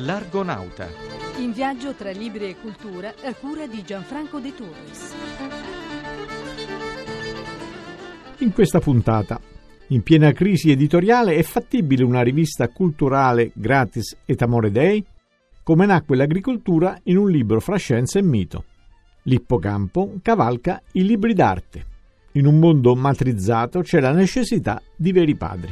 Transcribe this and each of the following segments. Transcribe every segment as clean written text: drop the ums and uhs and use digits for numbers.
L'Argonauta. In viaggio tra libri e cultura a cura di Gianfranco De Torres. In questa puntata, in piena crisi editoriale, è fattibile una rivista culturale gratis et amore Dei? Come nacque l'agricoltura in un libro fra scienza e mito. L'Ippocampo cavalca i libri d'arte. In un mondo matrizzato c'è la necessità di veri padri.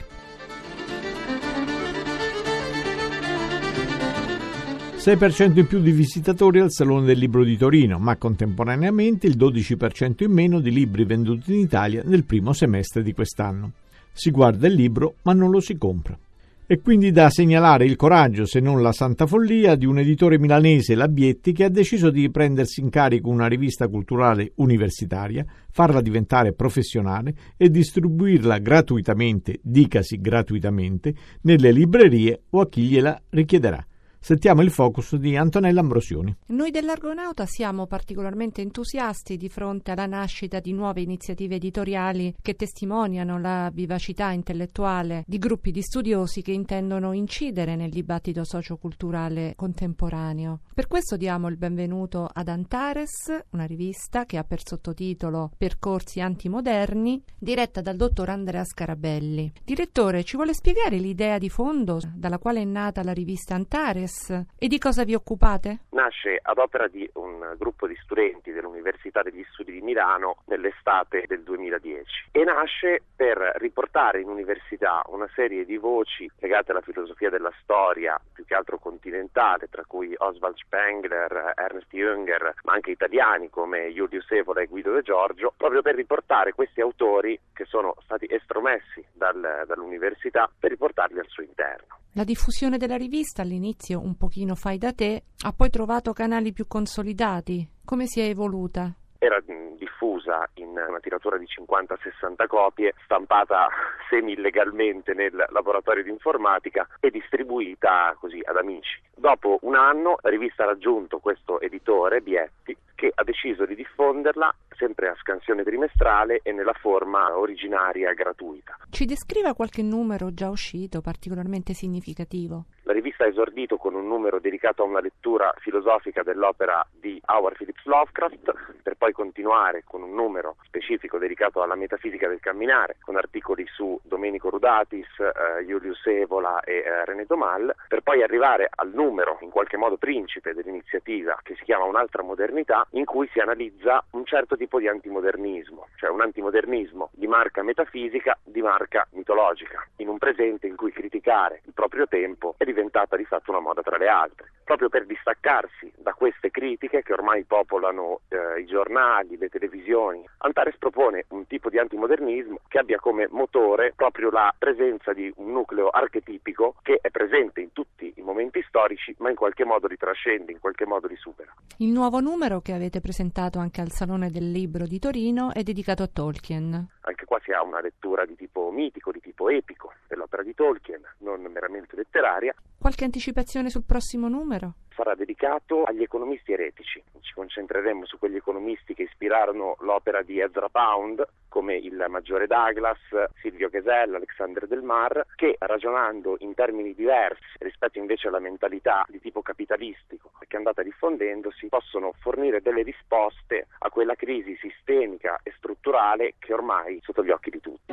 6% in più di visitatori al Salone del Libro di Torino, ma contemporaneamente il 12% in meno di libri venduti in Italia nel primo semestre di quest'anno. Si guarda il libro, ma non lo si compra. È quindi da segnalare il coraggio, se non la santa follia, di un editore milanese, la Bietti, che ha deciso di prendersi in carico una rivista culturale universitaria, farla diventare professionale e distribuirla gratuitamente, dicasi gratuitamente, nelle librerie o a chi gliela richiederà. Sentiamo il focus di Antonella Ambrosioni. Noi dell'Argonauta siamo particolarmente entusiasti di fronte alla nascita di nuove iniziative editoriali che testimoniano la vivacità intellettuale di gruppi di studiosi che intendono incidere nel dibattito socioculturale contemporaneo. Per questo diamo il benvenuto ad Antares, una rivista che ha per sottotitolo Percorsi antimoderni, diretta dal dottor Andrea Scarabelli. Direttore, ci vuole spiegare l'idea di fondo dalla quale è nata la rivista Antares? E di cosa vi occupate? Nasce ad opera di un gruppo di studenti dell'Università degli Studi di Milano nell'estate del 2010 e nasce per riportare in università una serie di voci legate alla filosofia della storia, più che altro continentale, tra cui Oswald Spengler, Ernst Jünger, ma anche italiani come Julius Evola e Guido De Giorgio, proprio per riportare questi autori che sono stati estromessi dall'università, per riportarli al suo interno. La diffusione della rivista, all'inizio un pochino fai da te, ha poi trovato canali più consolidati. Come si è evoluta? Era diffusa in una tiratura di 50-60 copie, stampata semi-illegalmente nel laboratorio di informatica e distribuita così ad amici. Dopo un anno la rivista ha raggiunto questo editore, Bietti, che ha deciso di diffonderla sempre a scansione trimestrale e nella forma originaria gratuita. Ci descriva qualche numero già uscito particolarmente significativo? La rivista ha esordito con un numero dedicato a una lettura filosofica dell'opera di Howard Phillips Lovecraft, per poi continuare con un numero specifico dedicato alla metafisica del camminare, con articoli su Domenico Rudatis, Julius Evola e René Daumal, per poi arrivare al numero, in qualche modo principe dell'iniziativa, che si chiama Un'altra modernità, in cui si analizza un certo tipo di antimodernismo, cioè un antimodernismo di marca metafisica, di marca mitologica, in un presente in cui criticare il proprio tempo è diventata di fatto una moda tra le altre. Proprio per distaccarsi da queste critiche che ormai popolano i giornali, le televisioni, Antares propone un tipo di antimodernismo che abbia come motore proprio la presenza di un nucleo archetipico che è presente in tutti i momenti storici, ma in qualche modo li trascende, in qualche modo li supera. Il nuovo numero che avete presentato anche al Salone del Libro di Torino è dedicato a Tolkien. Anche qua si ha una lettura di tipo mitico, di tipo epico dell'opera di Tolkien, non meramente letteraria. Qualche anticipazione sul prossimo numero? Sarà dedicato agli economisti eretici. Ci concentreremo su quegli economisti che ispirarono l'opera di Ezra Pound, come il Maggiore Douglas, Silvio Gesell, Alexander Del Mar, che ragionando in termini diversi rispetto invece alla mentalità di tipo capitalistico che è andata diffondendosi, possono fornire delle risposte a quella crisi sistemica e strutturale che ormai è sotto gli occhi di tutti.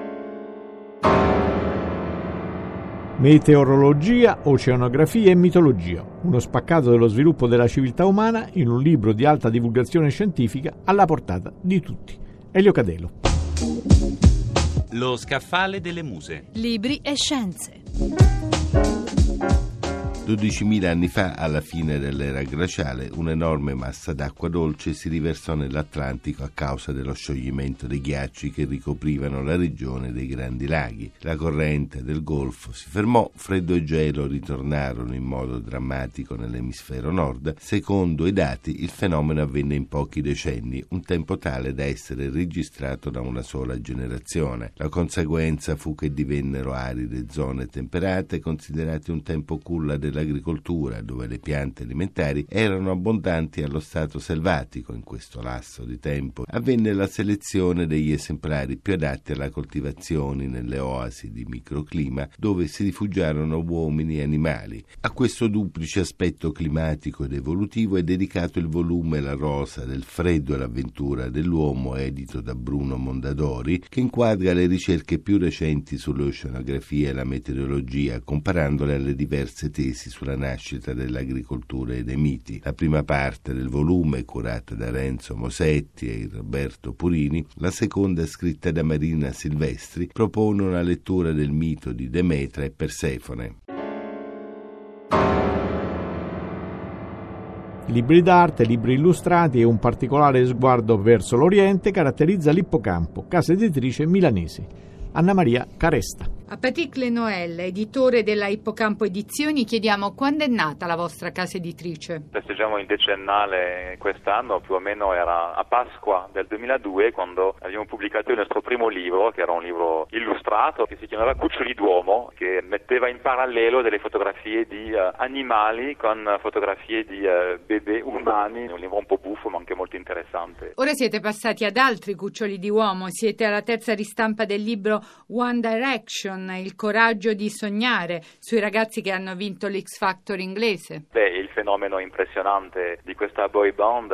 Meteorologia, oceanografia e mitologia, uno spaccato dello sviluppo della civiltà umana in un libro di alta divulgazione scientifica alla portata di tutti. Elio Cadelo. Lo scaffale delle muse. Libri e scienze. 12.000 anni fa, alla fine dell'era glaciale, un'enorme massa d'acqua dolce si riversò nell'Atlantico a causa dello scioglimento dei ghiacci che ricoprivano la regione dei Grandi Laghi. La corrente del Golfo si fermò, freddo e gelo ritornarono in modo drammatico nell'emisfero nord. Secondo i dati, il fenomeno avvenne in pochi decenni, un tempo tale da essere registrato da una sola generazione. La conseguenza fu che divennero aride zone temperate, considerate un tempo culla della dell'agricoltura, dove le piante alimentari erano abbondanti allo stato selvatico. In questo lasso di tempo avvenne la selezione degli esemplari più adatti alla coltivazione nelle oasi di microclima dove si rifugiarono uomini e animali. A questo duplice aspetto climatico ed evolutivo è dedicato il volume La rosa del freddo e l'avventura dell'uomo, edito da Bruno Mondadori, che inquadra le ricerche più recenti sull'oceanografia e la meteorologia, comparandole alle diverse tesi sulla nascita dell'agricoltura e dei miti. La prima parte del volume, curata da Renzo Mosetti e Roberto Purini, la seconda, scritta da Marina Silvestri, propone una lettura del mito di Demetra e Persefone. Libri d'arte, libri illustrati e un particolare sguardo verso l'Oriente caratterizza l'Ippocampo, casa editrice milanese. Anna Maria Caresta. A Patrick Lenoël, editore della Ippocampo Edizioni, chiediamo quando è nata la vostra casa editrice. Festeggiamo il decennale quest'anno, più o meno era a Pasqua del 2002, quando abbiamo pubblicato il nostro primo libro, che era un libro illustrato, che si chiamava Cuccioli d'uomo, che metteva in parallelo delle fotografie di animali con fotografie di bebè umani, un libro un po' buffo ma anche molto interessante. Ora siete passati ad altri cuccioli di uomo, siete alla terza ristampa del libro One Direction, il coraggio di sognare, sui ragazzi che hanno vinto l'X Factor inglese. Il fenomeno impressionante di questa boy band,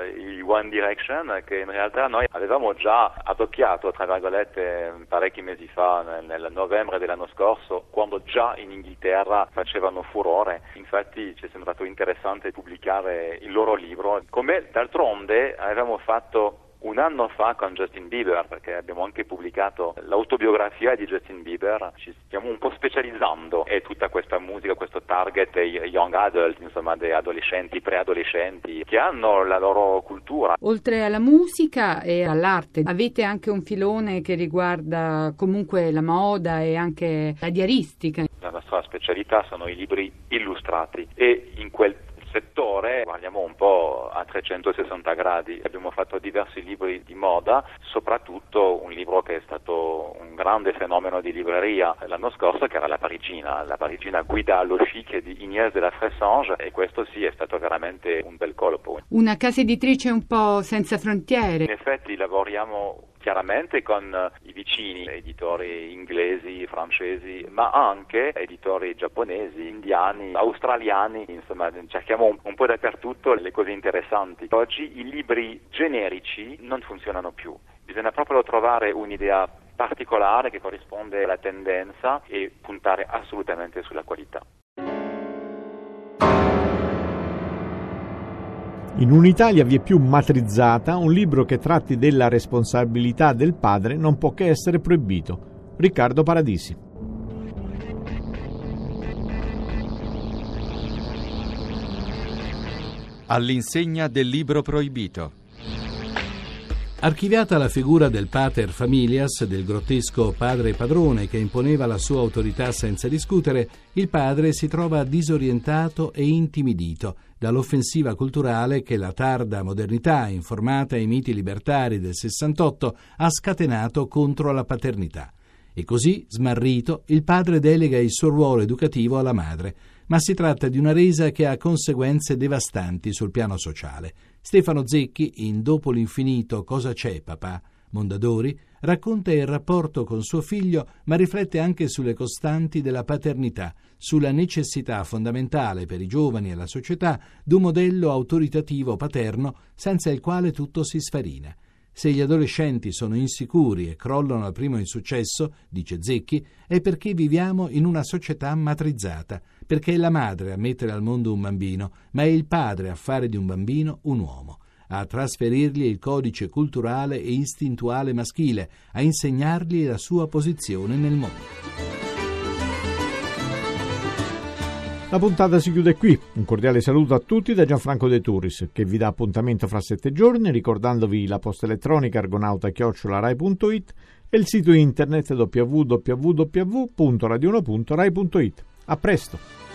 i One Direction, che in realtà noi avevamo già addocchiato, tra virgolette, parecchi mesi fa, nel novembre dell'anno scorso, quando già in Inghilterra facevano furore. Infatti ci è sembrato interessante pubblicare il loro libro, come d'altronde avevamo fatto un anno fa con Justin Bieber, perché abbiamo anche pubblicato l'autobiografia di Justin Bieber. Ci stiamo un po' specializzando e tutta questa musica, questo target, i young adult, insomma, dei adolescenti, preadolescenti, che hanno la loro cultura. Oltre alla musica e all'arte, avete anche un filone che riguarda comunque la moda e anche la diaristica. La nostra specialità sono i libri illustrati e in quel settore guardiamo un po' a 360 gradi. Abbiamo fatto diversi libri di moda, soprattutto un libro che è stato un grande fenomeno di libreria l'anno scorso, che era La Parigina guida allo chic di Inès de la Fressange, e questo sì è stato veramente un bel colpo. Una casa editrice un po' senza frontiere. In effetti lavoriamo chiaramente con i vicini, editori inglesi, francesi, ma anche editori giapponesi, indiani, australiani, insomma cerchiamo un po' dappertutto le cose interessanti. Oggi i libri generici non funzionano più, bisogna proprio trovare un'idea particolare che corrisponde alla tendenza e puntare assolutamente sulla qualità. In un'Italia vieppiù matrizzata, un libro che tratti della responsabilità del padre non può che essere proibito. Riccardo Paradisi. All'insegna del libro proibito. Archiviata la figura del pater familias, del grottesco padre padrone che imponeva la sua autorità senza discutere, il padre si trova disorientato e intimidito dall'offensiva culturale che la tarda modernità, informata ai miti libertari del 68, ha scatenato contro la paternità. E così, smarrito, il padre delega il suo ruolo educativo alla madre, ma si tratta di una resa che ha conseguenze devastanti sul piano sociale. Stefano Zecchi, in Dopo l'infinito Cosa c'è, papà? Mondadori, racconta il rapporto con suo figlio, ma riflette anche sulle costanti della paternità, sulla necessità fondamentale per i giovani e la società di un modello autoritativo paterno senza il quale tutto si sfarina. Se gli adolescenti sono insicuri e crollano al primo insuccesso, dice Zecchi, è perché viviamo in una società matrizzata, perché è la madre a mettere al mondo un bambino, ma è il padre a fare di un bambino un uomo, a trasferirgli il codice culturale e istintuale maschile, a insegnargli la sua posizione nel mondo. La puntata si chiude qui. Un cordiale saluto a tutti da Gianfranco De Turris, che vi dà appuntamento fra 7 giorni, ricordandovi la posta elettronica argonauta@rai.it e il sito internet www.radio1.rai.it. A presto!